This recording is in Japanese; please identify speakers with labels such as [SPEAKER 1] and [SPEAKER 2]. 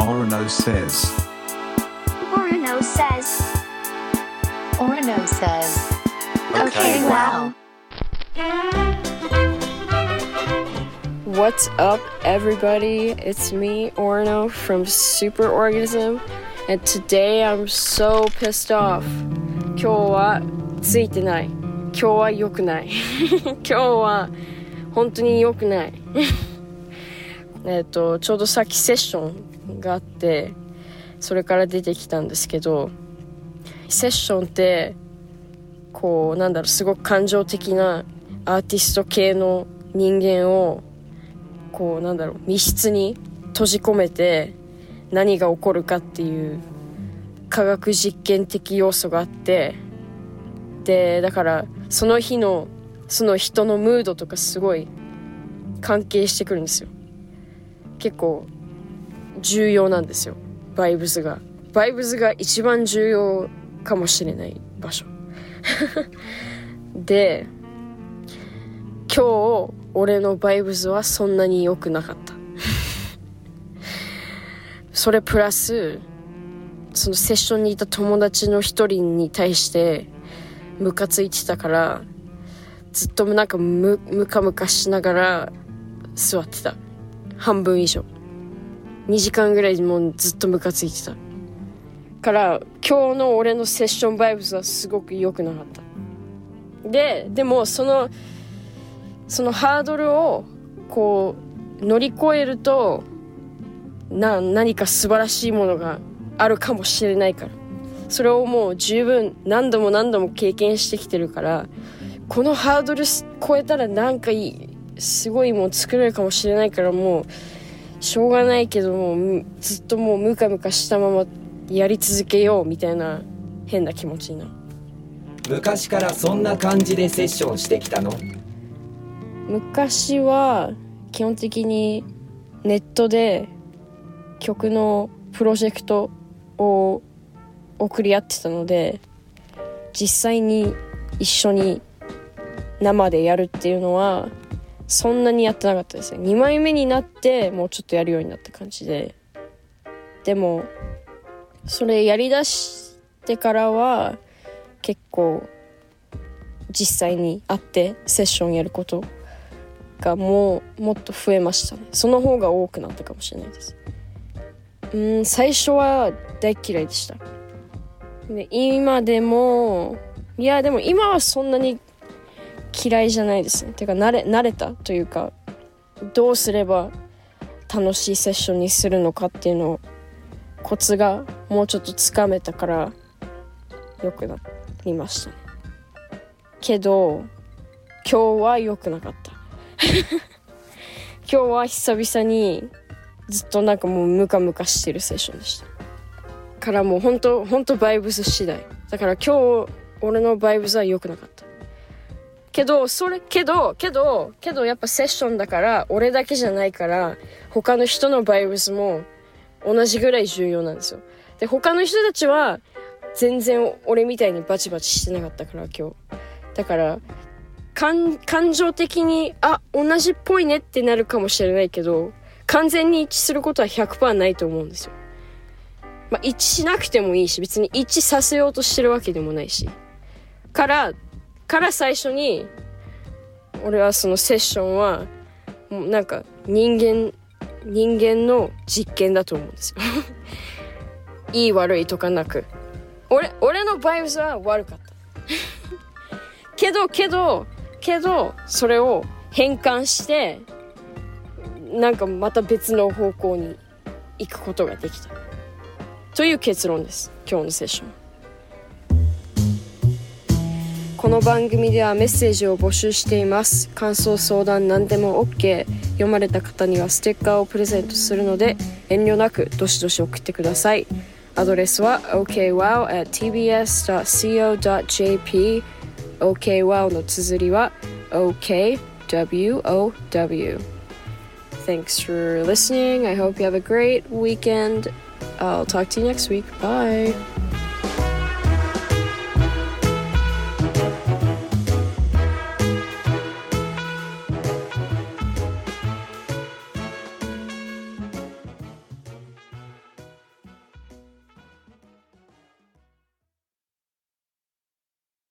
[SPEAKER 1] Orono says.
[SPEAKER 2] Orono says.
[SPEAKER 3] Orono says.
[SPEAKER 2] Okay, wow.
[SPEAKER 4] What's up, everybody? It's me, Orono from Superorganism, and today I'm so pissed off. 今日はついてない。今日は良くない。今日は本当に良くない。ちょうどさっきセッションがあって、それから出てきたんですけど、セッションってこうすごく感情的なアーティスト系の人間をこう密室に閉じ込めて何が起こるかっていう科学実験的要素があって、でだからその日のその人のムードとかすごい関係してくるんですよ。結構重要なんですよ。バイブズが一番重要かもしれない場所で、今日俺のバイブズはそんなに良くなかったそれプラスそのセッションにいた友達の一人に対してムカついてたから、ずっとムカムカしながら座ってた。半分以上2時間ぐらいもうずっとムカついてたから今日の俺のセッションバイブズはすごく良くなかった。でもそのハードルをこう乗り越えると何か素晴らしいものがあるかもしれないから、それをもう十分何度も経験してきてるから、このハードル超えたらなんかすごいもん作れるかもしれないから、もうしょうがないけどもずっともうムカムカしたままやり続けようみたいな変な気持ちになる。
[SPEAKER 5] 昔からそんな感じでセッションしてきたの？
[SPEAKER 4] 昔は基本的にネットで曲のプロジェクトを送り合ってたので、実際に一緒に生でやるっていうのはそんなにやってなかったですね。2枚目になってもうちょっとやるようになった感じで、でもそれやりだしてからは結構実際に会ってセッションやることがもっと増えましたね。その方が多くなったかもしれないです。最初は大嫌いでした。で今でも今はそんなに嫌いじゃないですね。てか慣れたというか、どうすれば楽しいセッションにするのかっていうのをコツがもうちょっとつかめたから良くなりましたね。けど今日は良くなかった今日は久々にずっともうムカムカしてるセッションでしたから、もう本当バイブス次第だから、今日俺のバイブスは良くなかったけどやっぱセッションだから俺だけじゃないから、他の人のバイブスも同じぐらい重要なんですよ。で他の人たちは全然俺みたいにバチバチしてなかったから、今日だから感情的に同じっぽいねってなるかもしれないけど、完全に一致することは 100% ないと思うんですよ。一致しなくてもいいし、別に一致させようとしてるわけでもないし、から最初に俺はそのセッションはもう人間の実験だと思うんですよいい悪いとかなく、俺のバイブスは悪かったけどそれを変換してまた別の方向に行くことができたという結論です。今日のセッション。この番組ではメッセージを募集しています。感想相談何でも OK。 読まれた方にはステッカーをプレゼントするので遠慮なくどしどし送ってください。アドレスは okwow@tbs.co.jp。 okwow の綴りは okwow。 Thanks for listening. I hope you have a great weekend. I'll talk to you next week. Bye.